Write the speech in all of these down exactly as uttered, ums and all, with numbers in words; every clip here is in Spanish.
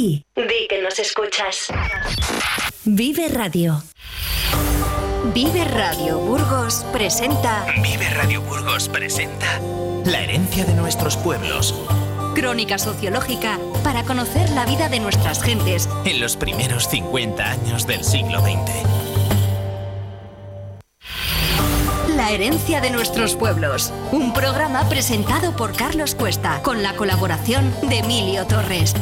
aquí. Di que nos escuchas. Vive Radio. Vive Radio Burgos presenta... Vive Radio Burgos presenta La herencia de nuestros pueblos. Crónica sociológica para conocer la vida de nuestras gentes en los primeros cincuenta años del siglo veinte. La herencia de nuestros pueblos. Un programa presentado por Carlos Cuesta con la colaboración de Emilio Torres.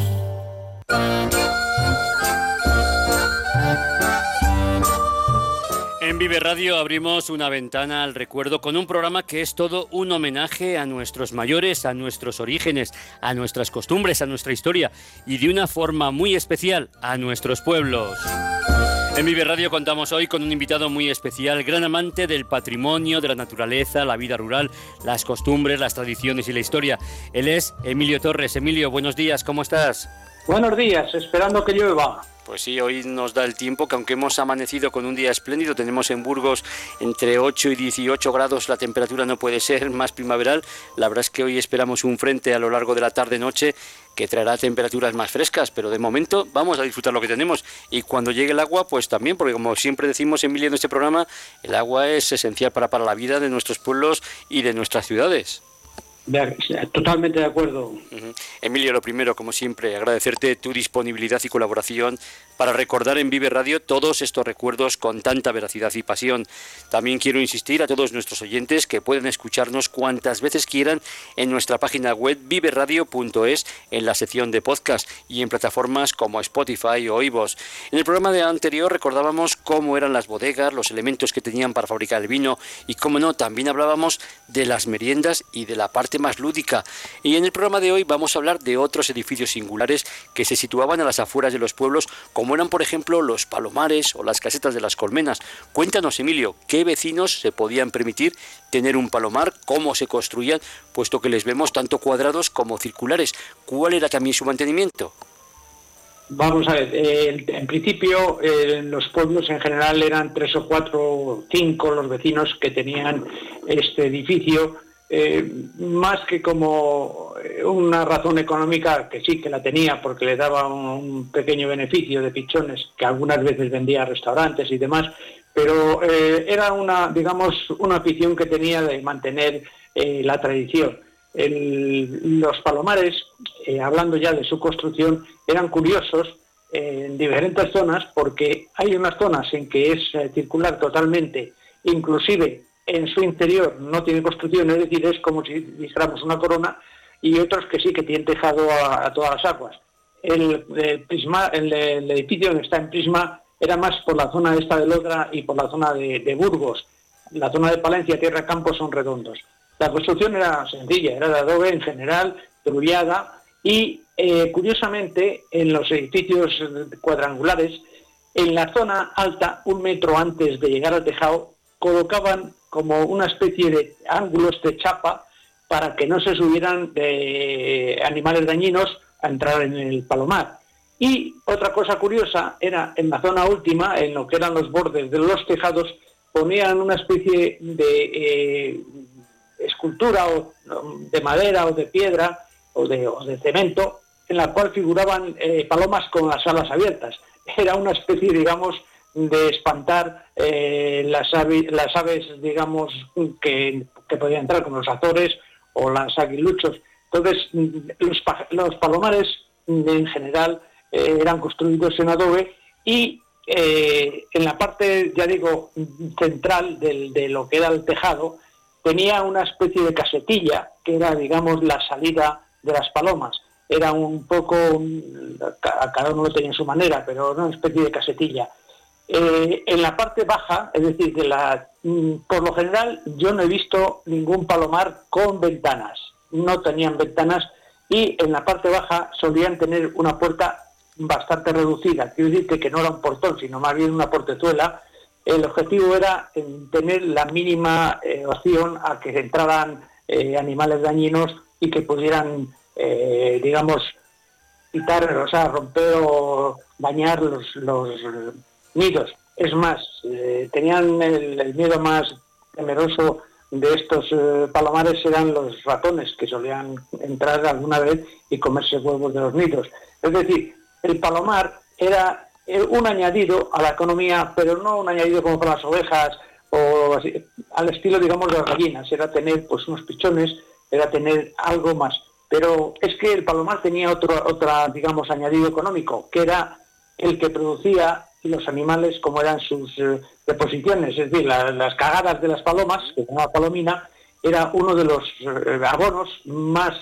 En Vive Radio abrimos una ventana al recuerdo con un programa que es todo un homenaje a nuestros mayores, a nuestros orígenes, a nuestras costumbres, a nuestra historia y de una forma muy especial a nuestros pueblos. En Vive Radio contamos hoy con un invitado muy especial, gran amante del patrimonio, de la naturaleza, la vida rural, las costumbres, las tradiciones y la historia. Él es Emilio Torres. Emilio, buenos días, ¿cómo estás? Buenos días, esperando que llueva. Pues sí, hoy nos da el tiempo que aunque hemos amanecido con un día espléndido, tenemos en Burgos entre ocho y dieciocho grados, la temperatura no puede ser más primaveral. La verdad es que hoy esperamos un frente a lo largo de la tarde-noche que traerá temperaturas más frescas, pero de momento vamos a disfrutar lo que tenemos. Y cuando llegue el agua, pues también, porque como siempre decimos, Emilio, en este programa, el agua es esencial para, para la vida de nuestros pueblos y de nuestras ciudades. De, totalmente de acuerdo. Uh-huh. Emilio, lo primero, como siempre, agradecerte tu disponibilidad y colaboración para recordar en Vive Radio todos estos recuerdos con tanta veracidad y pasión. También quiero insistir a todos nuestros oyentes que pueden escucharnos cuantas veces quieran en nuestra página web vive radio punto es, en la sección de podcast y en plataformas como Spotify o iVoox. En el programa de anterior recordábamos cómo eran las bodegas, los elementos que tenían para fabricar el vino y, cómo no, también hablábamos de las meriendas y de la parte más lúdica. Y en el programa de hoy vamos a hablar de otros edificios singulares que se situaban a las afueras de los pueblos, como eran, por ejemplo, los palomares o las casetas de las colmenas. Cuéntanos, Emilio, ¿qué vecinos se podían permitir tener un palomar? ¿Cómo se construían? Puesto que les vemos tanto cuadrados como circulares. ¿Cuál era también su mantenimiento? Vamos a ver, eh, en principio eh, los pueblos en general eran tres o cuatro o cinco los vecinos que tenían este edificio. Eh, más que como una razón económica, que sí que la tenía porque le daba un, un pequeño beneficio de pichones que algunas veces vendía a restaurantes y demás, pero eh, era una, digamos, una afición que tenía de mantener eh, la tradición. El, los palomares, eh, hablando ya de su construcción, eran curiosos eh, en diferentes zonas, porque hay unas zonas en que es eh, circular totalmente, inclusive en su interior no tiene construcción, es decir, es como si dijéramos una corona, y otros que sí que tienen tejado a, a todas las aguas. El, el, prisma, el, el edificio donde está en Prisma era más por la zona esta de Lodra y por la zona de, de Burgos. La zona de Palencia, Tierra Campos son redondos. La construcción era sencilla, era de adobe en general, trullada, y eh, curiosamente en los edificios cuadrangulares, en la zona alta, un metro antes de llegar al tejado, colocaban como una especie de ángulos de chapa para que no se subieran de animales dañinos a entrar en el palomar. Y otra cosa curiosa era en la zona última, en lo que eran los bordes de los tejados, ponían una especie de eh, escultura o de madera o de piedra o de, o de cemento, en la cual figuraban eh, palomas con las alas abiertas. Era una especie, digamos, de espantar eh, las, aves, las aves, digamos, que, que podían entrar, como los azores o las aguiluchos. Entonces, los, los palomares, en general, eh, eran construidos en adobe y eh, en la parte, ya digo, central del, de lo que era el tejado, tenía una especie de casetilla, que era, digamos, la salida de las palomas. Era un poco, cada uno lo tenía en su manera, pero era una especie de casetilla. Eh, en la parte baja, es decir, de la, por lo general yo no he visto ningún palomar con ventanas, no tenían ventanas, y en la parte baja solían tener una puerta bastante reducida, quiero decir que, que no era un portón, sino más bien una portezuela. El objetivo era eh, tener la mínima eh, opción a que entraran eh, animales dañinos y que pudieran, eh, digamos, quitar, o sea, romper o dañar los, los nidos. Es más, eh, tenían el, el miedo más temeroso de estos eh, palomares eran los ratones, que solían entrar alguna vez y comerse huevos de los nidos. Es decir, el palomar era un añadido a la economía, pero no un añadido como para las ovejas o así, al estilo, digamos, de las gallinas. Era tener pues unos pichones, era tener algo más. Pero es que el palomar tenía otro, otra, digamos, añadido económico, que era el que producía los animales como eran sus eh, deposiciones, es decir, la, las cagadas de las palomas, que se llamaba palomina, era uno de los eh, abonos más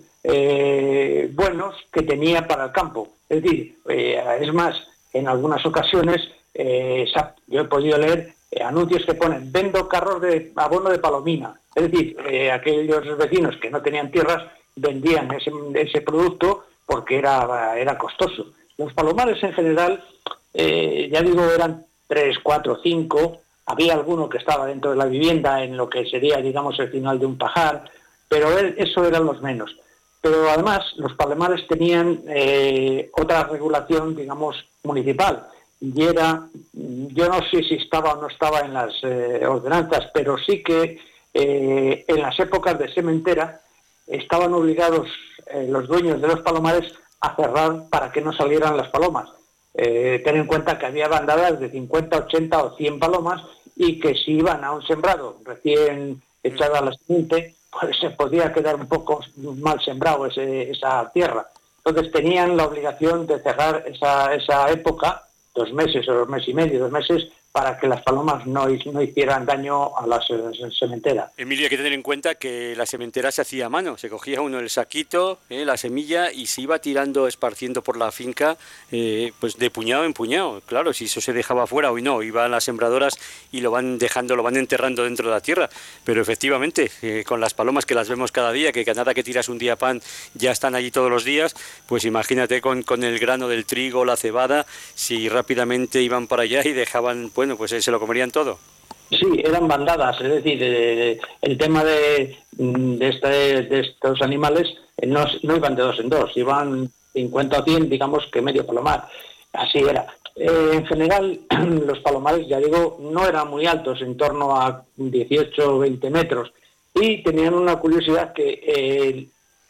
eh, buenos que tenía para el campo. Es decir, eh, es más, en algunas ocasiones eh, yo he podido leer eh, anuncios que ponen, vendo carros de abono de palomina. Es decir, eh, aquellos vecinos que no tenían tierras vendían ese, ese producto porque era, era costoso. Los palomares en general, eh, ya digo, eran tres, cuatro, cinco. Había alguno que estaba dentro de la vivienda en lo que sería, digamos, el final de un pajar, pero eso eran los menos. Pero además los palomares tenían eh, otra regulación, digamos, municipal. Y era, yo no sé si estaba o no estaba en las eh, ordenanzas, pero sí que eh, en las épocas de sementera estaban obligados eh, los dueños de los palomares a cerrar para que no salieran las palomas. Eh, ten en cuenta que había bandadas de cincuenta, ochenta o cien palomas y que si iban a un sembrado recién echado a la siguiente, pues se podía quedar un poco mal sembrado ese, esa tierra. Entonces tenían la obligación de cerrar esa, esa época, dos meses o dos meses y medio, dos meses, para que las palomas no, no hicieran daño a la sementera. Emilio, hay que tener en cuenta que la sementera se hacía a mano, se cogía uno el saquito, eh, la semilla, y se iba tirando, esparciendo por la finca, eh, pues de puñado en puñado. Claro, si eso se dejaba fuera o no, iban las sembradoras y lo van dejando, lo van enterrando dentro de la tierra. Pero efectivamente, eh, con las palomas que las vemos cada día, que nada que tiras un día pan, ya están allí todos los días, pues imagínate con, con el grano del trigo, la cebada, si rápidamente iban para allá y dejaban, pues, bueno, pues se lo comerían todo. Sí, eran bandadas, es decir, eh, el tema de, de, este, de estos animales eh, no, no iban de dos en dos, iban cincuenta o cien, digamos que medio palomar, así era. Eh, en general, los palomares, ya digo, no eran muy altos, en torno a dieciocho o veinte metros, y tenían una curiosidad que eh,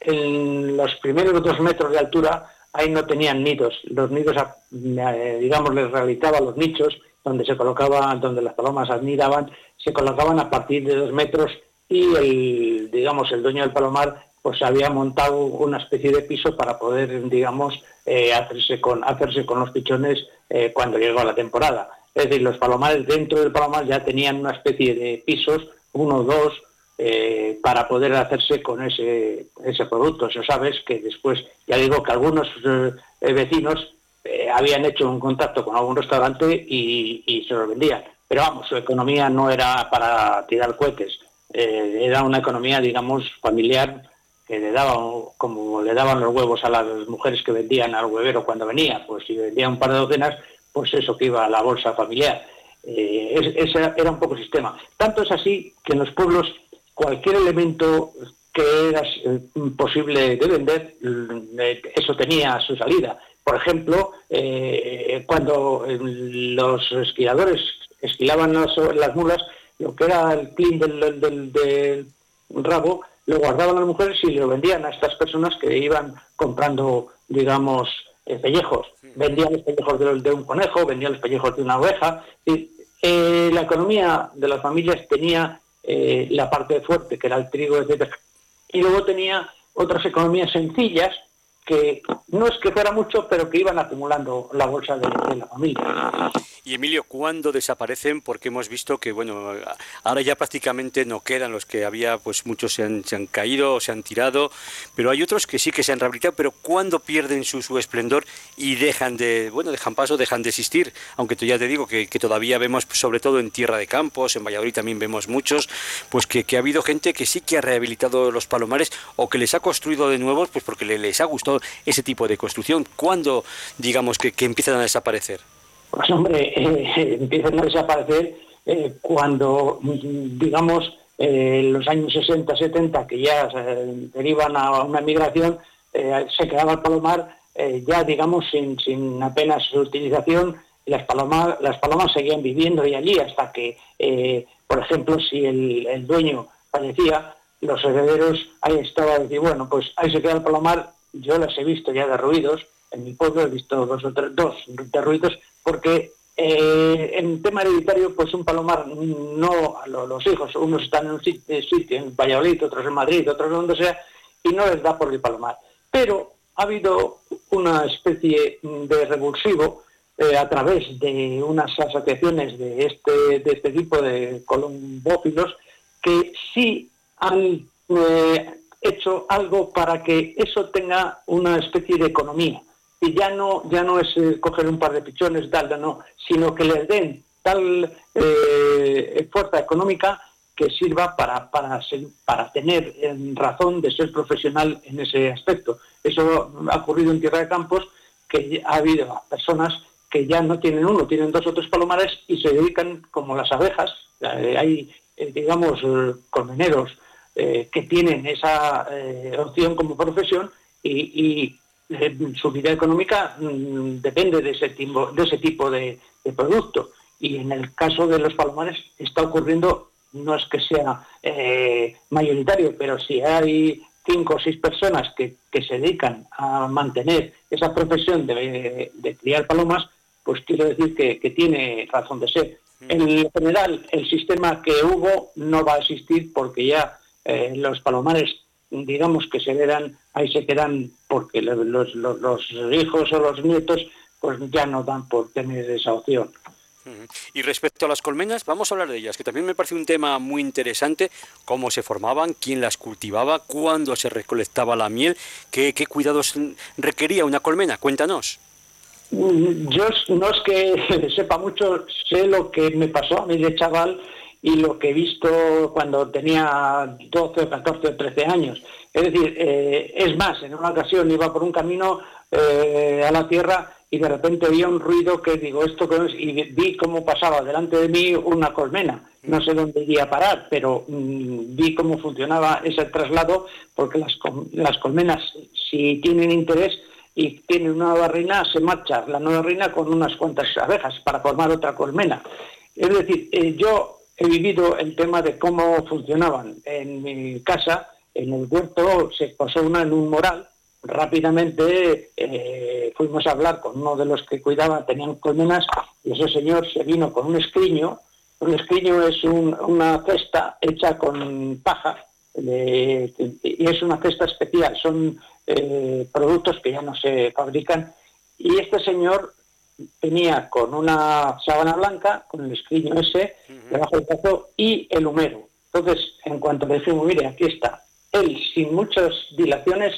en los primeros dos metros de altura ahí no tenían nidos, los nidos, eh, digamos, les realizaban los nichos donde se colocaba, donde las palomas anidaban, se colocaban a partir de dos metros y el, digamos, el dueño del palomar pues había montado una especie de piso para poder, digamos, eh, hacerse con hacerse con los pichones eh, cuando llegó la temporada. Es decir, los palomares dentro del palomar ya tenían una especie de pisos, uno o dos, eh, para poder hacerse con ese ese producto. Eso sabes que después, ya digo que algunos eh, vecinos Eh, habían hecho un contacto con algún restaurante y, y se lo vendían. Pero vamos, su economía no era para tirar cohetes, eh, era una economía, digamos, familiar, que le daban, como le daban los huevos a las mujeres que vendían al huevero cuando venía, pues si vendía un par de docenas, pues eso que iba a la bolsa familiar. Eh, ese era un poco el sistema. Tanto es así que en los pueblos cualquier elemento que era eh, posible de vender, eh, eso tenía su salida. Por ejemplo, eh, cuando eh, los esquiladores esquilaban las, las mulas, lo que era el clean del, del, del, del rabo, lo guardaban las mujeres y lo vendían a estas personas que iban comprando, digamos, eh, pellejos. Vendían los pellejos de, de un conejo, vendían los pellejos de una oveja. Y, eh, la economía de las familias tenía eh, la parte fuerte, que era el trigo, etcétera. Y luego tenía otras economías sencillas, que no es que fuera mucho, pero que iban acumulando la bolsa de, de la familia. Y Emilio, ¿cuándo desaparecen? Porque hemos visto que, bueno, ahora ya prácticamente no quedan los que había, pues muchos se han, se han caído o se han tirado, pero hay otros que sí que se han rehabilitado, pero ¿cuándo pierden su, su esplendor y dejan de, bueno, dejan paso, dejan de existir? Aunque tú ya te digo que, que todavía vemos, sobre todo en Tierra de Campos, en Valladolid también vemos muchos, pues que, que ha habido gente que sí que ha rehabilitado los palomares o que les ha construido de nuevo, pues porque les ha gustado ese tipo de construcción. ¿Cuándo, digamos, que, que empiezan a desaparecer? Pues hombre, eh, empiezan a desaparecer eh, cuando, digamos, eh, en los años sesenta, setenta, que ya eh, derivan a una migración, eh, se quedaba el palomar eh, ya, digamos, sin, sin apenas utilización, y las palomas, las palomas seguían viviendo ahí allí hasta que, eh, por ejemplo, si el, el dueño fallecía, los herederos ahí estaba, decir, bueno, pues ahí se queda el palomar, yo las he visto ya derruidos, en mi pueblo he visto dos o tres, dos derruidos, porque eh, en tema hereditario, pues un palomar, no a lo, los hijos, unos están en un sitio, sitio, en Valladolid, otros en Madrid, otros donde sea, y no les da por el palomar. Pero ha habido una especie de revulsivo eh, a través de unas asociaciones de este, de este tipo de colombófilos que sí han eh, hecho algo para que eso tenga una especie de economía. Y ya no, ya no es eh, coger un par de pichones, tal, no, sino que les den tal eh, fuerza económica que sirva para, para, ser, para tener en razón de ser profesional en ese aspecto. Eso ha ocurrido en Tierra de Campos, que ha habido personas que ya no tienen uno, tienen dos o tres palomares y se dedican como las abejas. Eh, hay, eh, digamos, eh, colmeneros eh, que tienen esa eh, opción como profesión y, y eh, su vida económica mm, depende de ese tipo de, ese tipo de, de producto. Y en el caso de los palomares está ocurriendo, no es que sea eh, mayoritario, pero si hay cinco o seis personas que, que se dedican a mantener esa profesión de, de criar palomas, pues quiero decir que, que tiene razón de ser. En general, el sistema que hubo no va a existir porque ya eh, los palomares, digamos que se verán, ahí se quedan porque los, los, los hijos o los nietos pues ya no dan por tener esa opción. Y respecto a las colmenas, vamos a hablar de ellas, que también me parece un tema muy interesante, cómo se formaban, quién las cultivaba, cuándo se recolectaba la miel, qué, qué cuidados requería una colmena. Cuéntanos. Yo no es que sepa mucho, sé lo que me pasó a mí de chaval y lo que he visto cuando tenía doce o catorce o trece años. Es decir, eh, es más, en una ocasión iba por un camino eh, a la tierra y de repente oía un ruido que digo, ¿esto qué es? Y vi cómo pasaba delante de mí una colmena. No sé dónde iría a parar, pero mmm, vi cómo funcionaba ese traslado, porque las, las colmenas, si tienen interés y tienen una nueva reina, se marcha la nueva reina con unas cuantas abejas para formar otra colmena. Es decir, eh, yo he vivido el tema de cómo funcionaban. En mi casa, en el huerto, se posó una en un moral. Rápidamente eh, fuimos a hablar con uno de los que cuidaba, tenían colmenas, y ese señor se vino con un escriño. Un escriño es un, una cesta hecha con paja, de, y es una cesta especial, son eh, productos que ya no se fabrican, y este señor venía con una sábana blanca, con el escriño ese, debajo del brazo, y el humero. Entonces, en cuanto le dijimos, mire, aquí está, él, sin muchas dilaciones,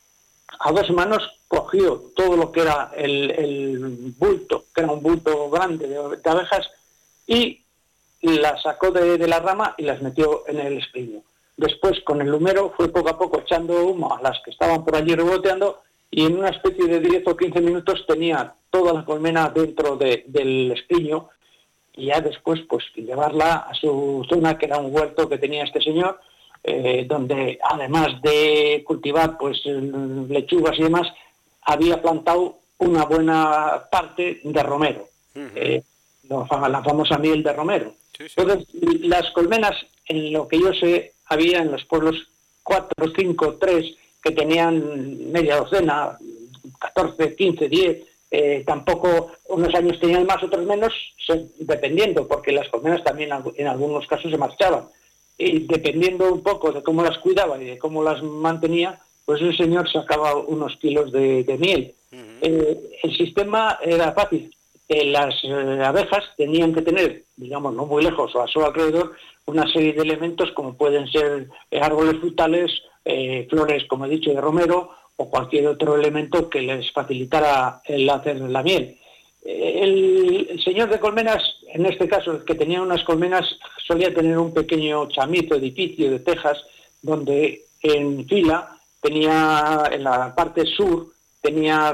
a dos manos cogió todo lo que era el, el bulto, que era un bulto grande de, de abejas, y las sacó de, de la rama y las metió en el escriño. Después, con el humero, fue poco a poco echando humo a las que estaban por allí revoloteando, y en una especie de diez o quince minutos tenía toda la colmena dentro de, del escriño, y ya después pues llevarla a su zona, que era un huerto que tenía este señor, Eh, donde además de cultivar pues lechugas y demás, había plantado una buena parte de romero, uh-huh. eh, la famosa miel de romero. Sí, sí. Entonces, las colmenas, en lo que yo sé, había en los pueblos cuatro, cinco, tres, que tenían media docena, catorce, quince, diez, eh, tampoco unos años tenían más, otros menos, se, dependiendo, porque las colmenas también en algunos casos se marchaban. Y dependiendo un poco de cómo las cuidaba y de cómo las mantenía, pues el señor sacaba unos kilos de, de miel. Uh-huh. Eh, el sistema era fácil. Eh, las eh, abejas tenían que tener, digamos, no muy lejos o a su alrededor, una serie de elementos como pueden ser eh, árboles frutales, eh, flores, como he dicho, de romero, o cualquier otro elemento que les facilitara el hacer la miel. El, el señor de colmenas, en este caso, el que tenía unas colmenas, solía tener un pequeño chamizo, edificio de tejas, donde en fila tenía, en la parte sur, tenía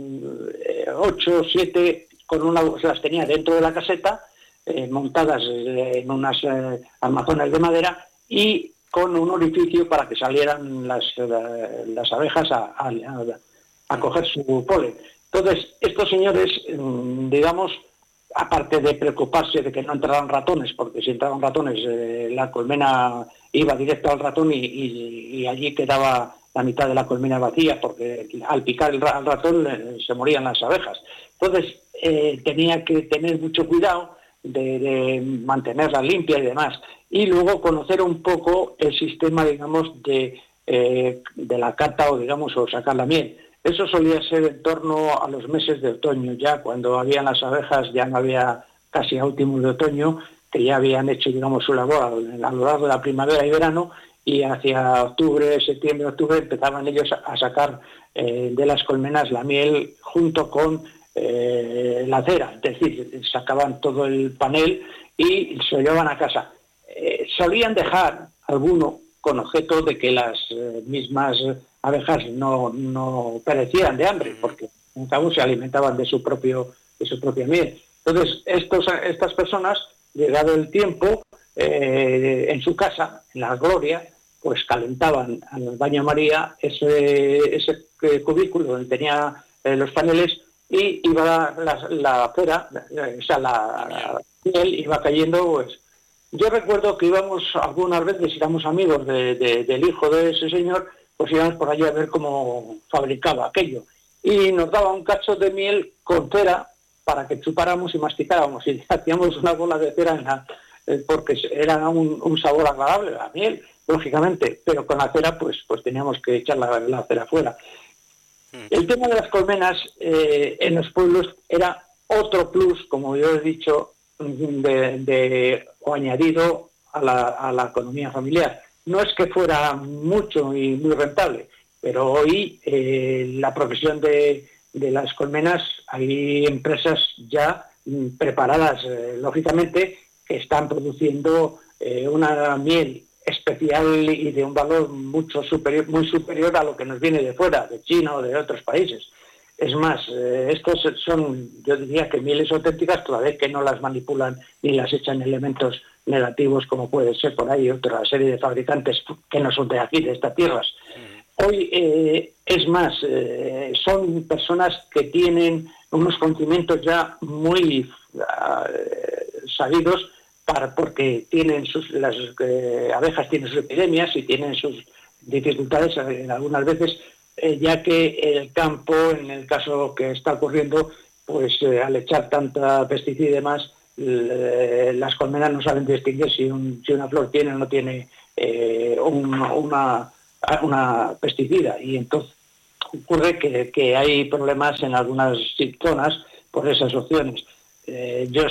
eh, ocho, siete, con una, las tenía dentro de la caseta, eh, montadas eh, en unas eh, armazones de madera, y con un orificio para que salieran las, eh, las abejas a, a, a coger su polen. Entonces, estos señores, digamos, aparte de preocuparse de que no entraran ratones, porque si entraban ratones, eh, la colmena iba directo al ratón y, y, y allí quedaba la mitad de la colmena vacía, porque al picar el ratón eh, se morían las abejas. Entonces eh, tenía que tener mucho cuidado de, de mantenerla limpia y demás. Y luego conocer un poco el sistema, digamos, de, eh, de la cata o, digamos, o sacar la miel. Eso solía ser en torno a los meses de otoño, ya cuando habían las abejas, ya no había casi a últimos de otoño, que ya habían hecho, digamos, su labor a lo largo de la primavera y verano, y hacia octubre, septiembre, octubre empezaban ellos a sacar eh, de las colmenas la miel junto con eh, la cera, es decir, sacaban todo el panel y se lo llevaban a casa. Eh, solían dejar alguno con objeto de que las eh, mismas abejas no, no perecieran de hambre, porque en cabo se alimentaban de su propio de su propia miel. Entonces, estos, estas personas, llegado el tiempo, eh, en su casa, en la Gloria, pues calentaban al baño María ese, ese cubículo donde tenía eh, los paneles, y iba la, la cera, eh, o sea, la, la miel iba cayendo. Pues yo recuerdo que íbamos algunas veces, éramos amigos de, de, del hijo de ese señor, pues íbamos por allí a ver cómo fabricaba aquello. Y nos daba un cacho de miel con cera para que chupáramos y masticáramos, y hacíamos una bola de cera en la, eh, porque era un, un sabor agradable, la miel, lógicamente, pero con la cera pues, pues teníamos que echar la, la cera fuera. El tema de las colmenas eh, en los pueblos era otro plus, como yo he dicho, de, de, o añadido a la, a la economía familiar. No es que fuera mucho y muy rentable, pero hoy eh, la profesión de, de las colmenas, hay empresas ya mm, preparadas, eh, lógicamente, que están produciendo eh, una miel especial y de un valor mucho superior, muy superior a lo que nos viene de fuera, de China o de otros países. Es más, eh, estos son, yo diría que mieles auténticas, toda vez que no las manipulan ni las echan elementos negativos como puede ser por ahí otra serie de fabricantes que no son de aquí, de estas tierras. Hoy, eh, es más, eh, son personas que tienen unos conocimientos ya muy uh, sabidos, para, porque tienen sus, las eh, abejas tienen sus epidemias y tienen sus dificultades en algunas veces, eh, ya que el campo, en el caso que está ocurriendo, pues eh, al echar tanta pesticida y demás, eh, las colmenas no saben distinguir si, un, si una flor tiene o no tiene eh, un, una, una pesticida, y entonces ocurre que, que hay problemas en algunas zonas por esas opciones. Eh, yo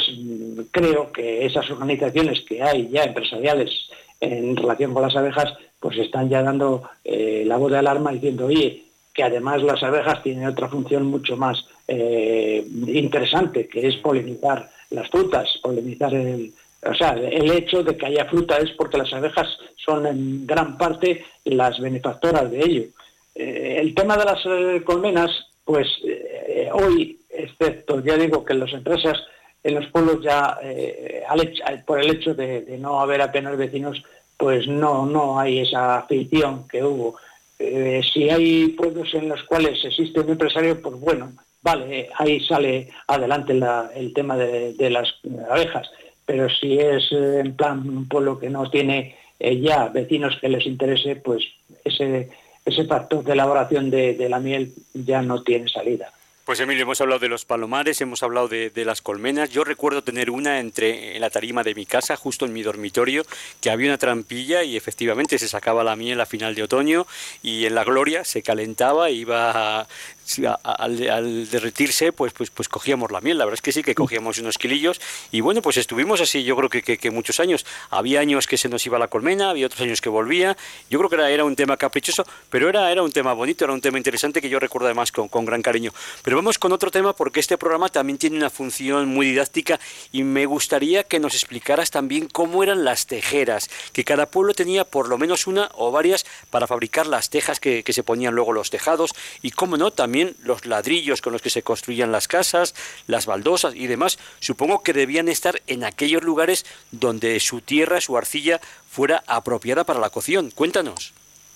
creo que esas organizaciones que hay ya empresariales en relación con las abejas, pues están ya dando eh, la voz de alarma diciendo, oye, que además las abejas tienen otra función mucho más eh, interesante, que es polinizar las frutas, polinizar el... O sea, el hecho de que haya fruta es porque las abejas son en gran parte las benefactoras de ello. Eh, el tema de las eh, colmenas, pues eh, hoy, excepto, ya digo, que en las empresas, en los pueblos ya, eh, al hecho, por el hecho de, de no haber apenas vecinos, pues no, no hay esa afición que hubo. Eh, si hay pueblos en los cuales existe un empresario, pues bueno, vale, ahí sale adelante la, el tema de, de las abejas. Pero si es eh, en plan un pueblo que no tiene eh, ya vecinos que les interese, pues ese, ese factor de elaboración de, de la miel ya no tiene salida. Pues Emilio, hemos hablado de los palomares, hemos hablado de, de las colmenas. Yo recuerdo tener una entre en la tarima de mi casa, justo en mi dormitorio, que había una trampilla y efectivamente se sacaba la miel a final de otoño, y en la Gloria se calentaba e iba a, a, al, al derretirse, pues, pues, pues cogíamos la miel. La verdad es que sí, que cogíamos unos kilillos, y bueno, pues estuvimos así yo creo que, que, que muchos años. Había años que se nos iba la colmena, había otros años que volvía. Yo creo que era, era un tema caprichoso, pero era, era un tema bonito, era un tema interesante que yo recuerdo además con, con gran cariño. Pero vamos con otro tema, porque este programa también tiene una función muy didáctica, y me gustaría que nos explicaras también cómo eran las tejeras, que cada pueblo tenía por lo menos una o varias para fabricar las tejas que, que se ponían luego los tejados, y cómo no, también los ladrillos con los que se construían las casas, las baldosas y demás. Supongo que debían estar en aquellos lugares donde su tierra, su arcilla, fuera apropiada para la cocción. Cuéntanos.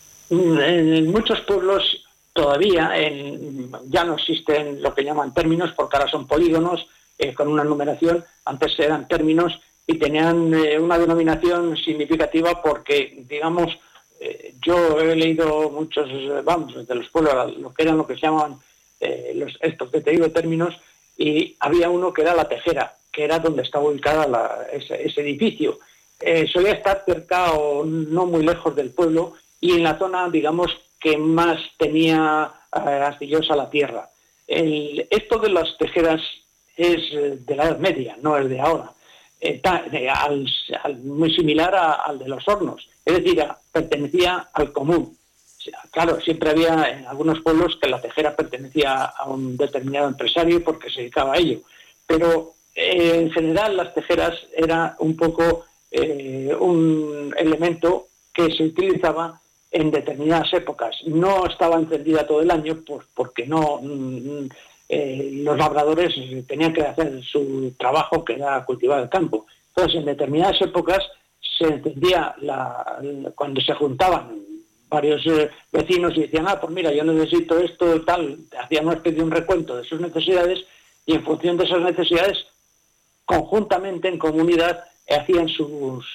En muchos pueblos todavía en, ya no existen lo que llaman términos, porque ahora son polígonos eh, con una numeración. Antes eran términos y tenían eh, una denominación significativa porque, digamos, eh, yo he leído muchos, vamos, de los pueblos, lo que eran lo que se llamaban eh, los, estos que te digo términos, y había uno que era La Tejera, que era donde estaba ubicada la, ese, ese edificio. Eh, solía estar cerca o no muy lejos del pueblo y en la zona, digamos, que más tenía eh, astillosa la tierra. El, esto de las tejeras es de la Edad Media, no es de ahora. Está, eh, al, al, muy similar a, al de los hornos, es decir, a, pertenecía al común. O sea, claro, siempre había en algunos pueblos que la tejera pertenecía a un determinado empresario porque se dedicaba a ello, pero eh, en general las tejeras era un poco eh, un elemento que se utilizaba en determinadas épocas. No estaba encendida todo el año pues, porque no... Mm, Eh, los labradores tenían que hacer su trabajo, que era cultivar el campo. Entonces, en determinadas épocas se encendía, la, la, cuando se juntaban varios eh, vecinos y decían, ah, pues mira, yo necesito esto, tal, hacían una especie de un recuento de sus necesidades y en función de esas necesidades, conjuntamente, en comunidad, eh, hacían sus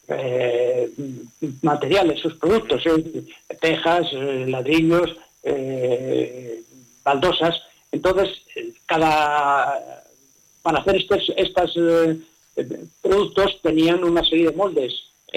eh, materiales, sus productos, eh, tejas, eh, ladrillos, eh, baldosas. Entonces, cada para hacer estos, estos eh, productos tenían una serie de moldes.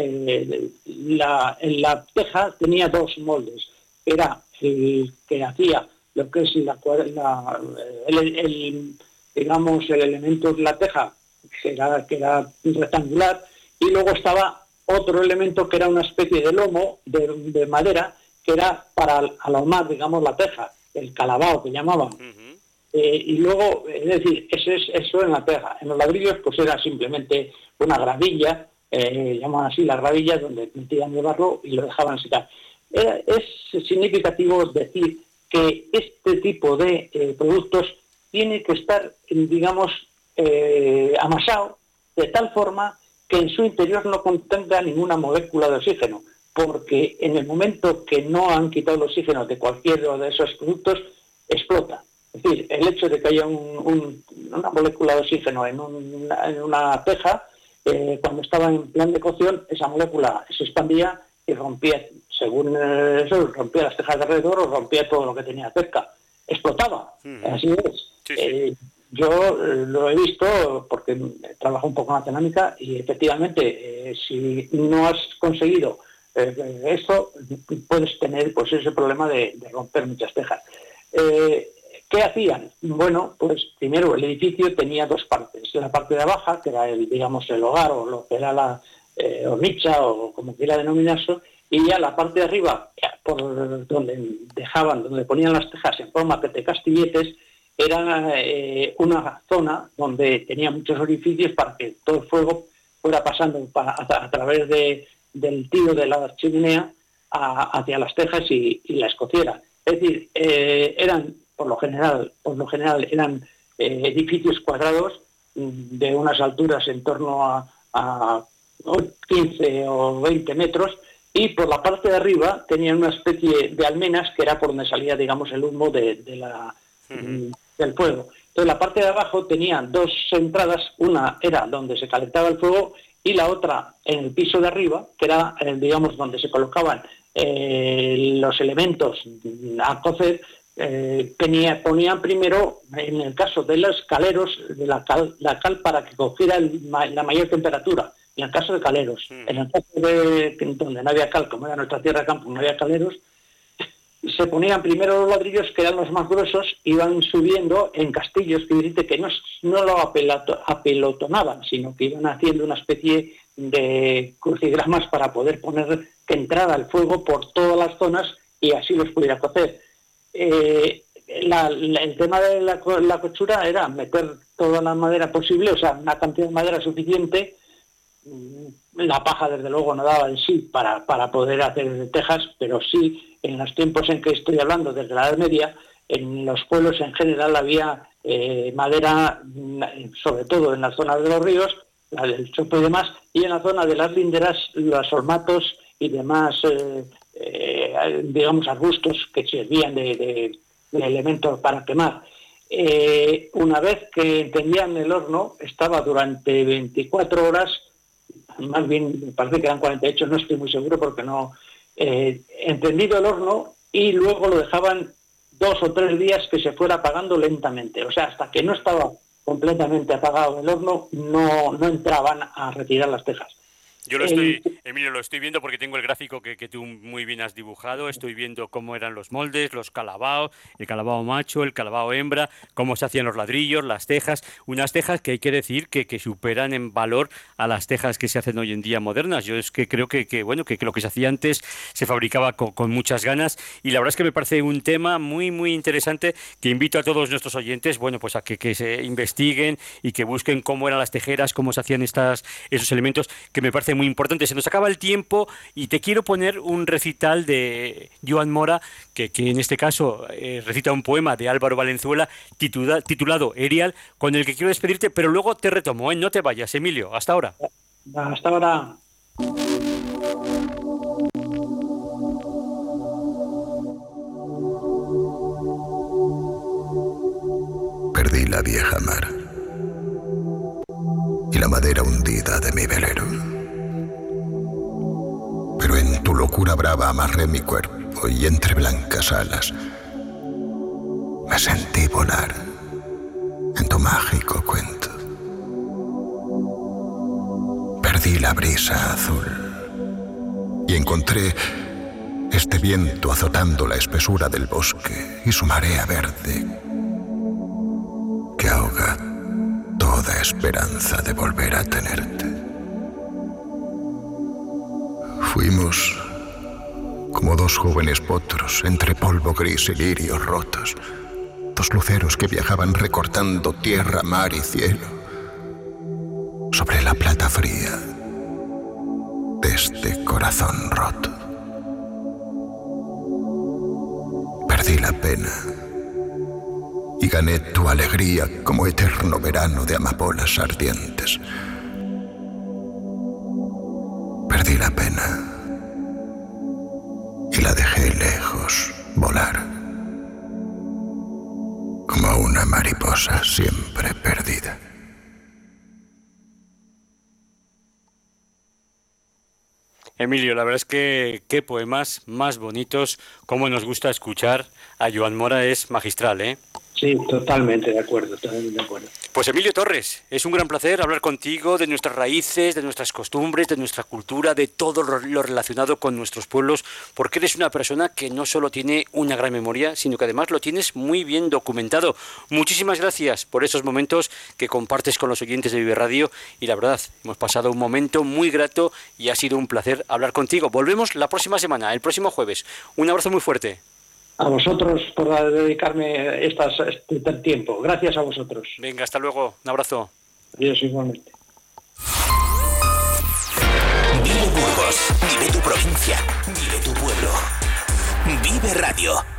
Eh, la, en la teja tenía dos moldes. Era el que hacía lo que es la, la, el, el, digamos, el elemento de la teja, que era, que era rectangular, y luego estaba otro elemento que era una especie de lomo de, de madera, que era para alahomar, digamos, la teja, el calabao que llamaban. Uh-huh. Eh, y luego, es decir, eso es eso en la teja. En los ladrillos, pues era simplemente una gravilla, eh, llamaban así las gravillas, donde metían el barro y lo dejaban secar. Era, es significativo decir que este tipo de eh, productos tiene que estar, digamos, eh, amasado de tal forma que en su interior no contenga ninguna molécula de oxígeno, porque en el momento que no han quitado el oxígeno de cualquiera de esos productos, explota. Es decir, el hecho de que haya un, un, una molécula de oxígeno en una, en una teja, eh, cuando estaba en plan de cocción, esa molécula se expandía y rompía, según eso, rompía las tejas de alrededor o rompía todo lo que tenía cerca. Explotaba, uh-huh. Así es. Sí, sí. Eh, yo eh, lo he visto porque trabajo un poco en la cerámica y efectivamente, eh, si no has conseguido eh, esto, puedes tener pues ese problema de, de romper muchas tejas. Eh, ¿Qué hacían? Bueno, pues primero el edificio tenía dos partes. La parte de abajo, que era el, digamos, el hogar o lo que era la eh, hornicha o como quiera denominarse, y ya la parte de arriba, por donde dejaban, donde ponían las tejas en forma de castilletes, era eh, una zona donde tenía muchos orificios para que todo el fuego fuera pasando para, a, a través de, del tiro de la chimenea a, hacia las tejas y, y la escociera. Es decir, eh, eran por lo general, por lo general eran eh, edificios cuadrados de unas alturas en torno a, a quince o veinte metros y por la parte de arriba tenían una especie de almenas que era por donde salía, digamos, el humo de, de la, uh-huh. del fuego. Entonces la parte de abajo tenía dos entradas, una era donde se calentaba el fuego y la otra en el piso de arriba, que era, eh, digamos, donde se colocaban eh, los elementos a cocer. Eh, tenía, ponían primero, en el caso de los caleros, de la cal, la cal para que cogiera el, la mayor temperatura, en el caso de caleros. Mm. En el caso de donde no había cal, como era nuestra tierra de campo, no había caleros, se ponían primero los ladrillos, que eran los más gruesos, iban subiendo en castillos, que dice que no, no lo apelato, apelotonaban, sino que iban haciendo una especie de crucigramas para poder poner que entrara el fuego por todas las zonas y así los pudiera cocer. Eh, la, la, el tema de la, la cochura era meter toda la madera posible, o sea, una cantidad de madera suficiente. La paja, desde luego, no daba en sí para, para poder hacer tejas, pero sí, en los tiempos en que estoy hablando, desde la Edad Media, en los pueblos en general había eh, madera, sobre todo en la zona de los ríos, la del Chopo y demás, y en la zona de las linderas, los ormatos y demás... Eh, Eh, digamos, arbustos que servían de, de, de elementos para quemar. Eh, una vez que encendían el horno, estaba durante veinticuatro horas, más bien me parece que eran cuarenta y ocho, no estoy muy seguro porque no eh, encendido el horno y luego lo dejaban dos o tres días que se fuera apagando lentamente. O sea, hasta que no estaba completamente apagado el horno, no, no entraban a retirar las tejas. Yo lo estoy, Emilio, lo estoy viendo porque tengo el gráfico que, que tú muy bien has dibujado. Estoy viendo cómo eran los moldes, los calabaos, el calabao macho, el calabao hembra, cómo se hacían los ladrillos, las tejas. Unas tejas que hay que decir que, que superan en valor a las tejas que se hacen hoy en día modernas. Yo es que creo que, que bueno que, que lo que se hacía antes se fabricaba con, con muchas ganas, y la verdad es que me parece un tema muy muy interesante que invito a todos nuestros oyentes, bueno, pues a que, que se investiguen y que busquen cómo eran las tejeras, cómo se hacían estas esos elementos, que me parece muy importante. Se nos acaba el tiempo y te quiero poner un recital de Joan Mora, que, que en este caso eh, recita un poema de Álvaro Valenzuela titula, titulado Erial, con el que quiero despedirte, pero luego te retomo, ¿eh? No te vayas, Emilio. Hasta ahora. Hasta ahora. Perdí la vieja mar y la madera hundida de mi velero. Pero en tu locura brava amarré mi cuerpo y entre blancas alas me sentí volar en tu mágico cuento. Perdí la brisa azul y encontré este viento azotando la espesura del bosque y su marea verde que ahoga toda esperanza de volver a tenerte. Fuimos como dos jóvenes potros entre polvo gris y lirios rotos, dos luceros que viajaban recortando tierra, mar y cielo sobre la plata fría de este corazón roto. Perdí la pena y gané tu alegría como eterno verano de amapolas ardientes. Perdí la pena y la dejé lejos volar, como una mariposa siempre perdida. Emilio, la verdad es que qué poemas más bonitos, cómo nos gusta escuchar a Joan Mora, es magistral, ¿eh? Sí, totalmente de acuerdo, totalmente de acuerdo. Pues Emilio Torres, es un gran placer hablar contigo de nuestras raíces, de nuestras costumbres, de nuestra cultura, de todo lo relacionado con nuestros pueblos, porque eres una persona que no solo tiene una gran memoria, sino que además lo tienes muy bien documentado. Muchísimas gracias por esos momentos que compartes con los oyentes de Vive Radio, y la verdad, hemos pasado un momento muy grato y ha sido un placer hablar contigo. Volvemos la próxima semana, el próximo jueves. Un abrazo muy fuerte. A vosotros por dedicarme estas, este tiempo. Gracias a vosotros. Venga, hasta luego. Un abrazo. Adiós, igualmente. Vive Burgos, vive tu provincia, vive tu pueblo. Vive Radio.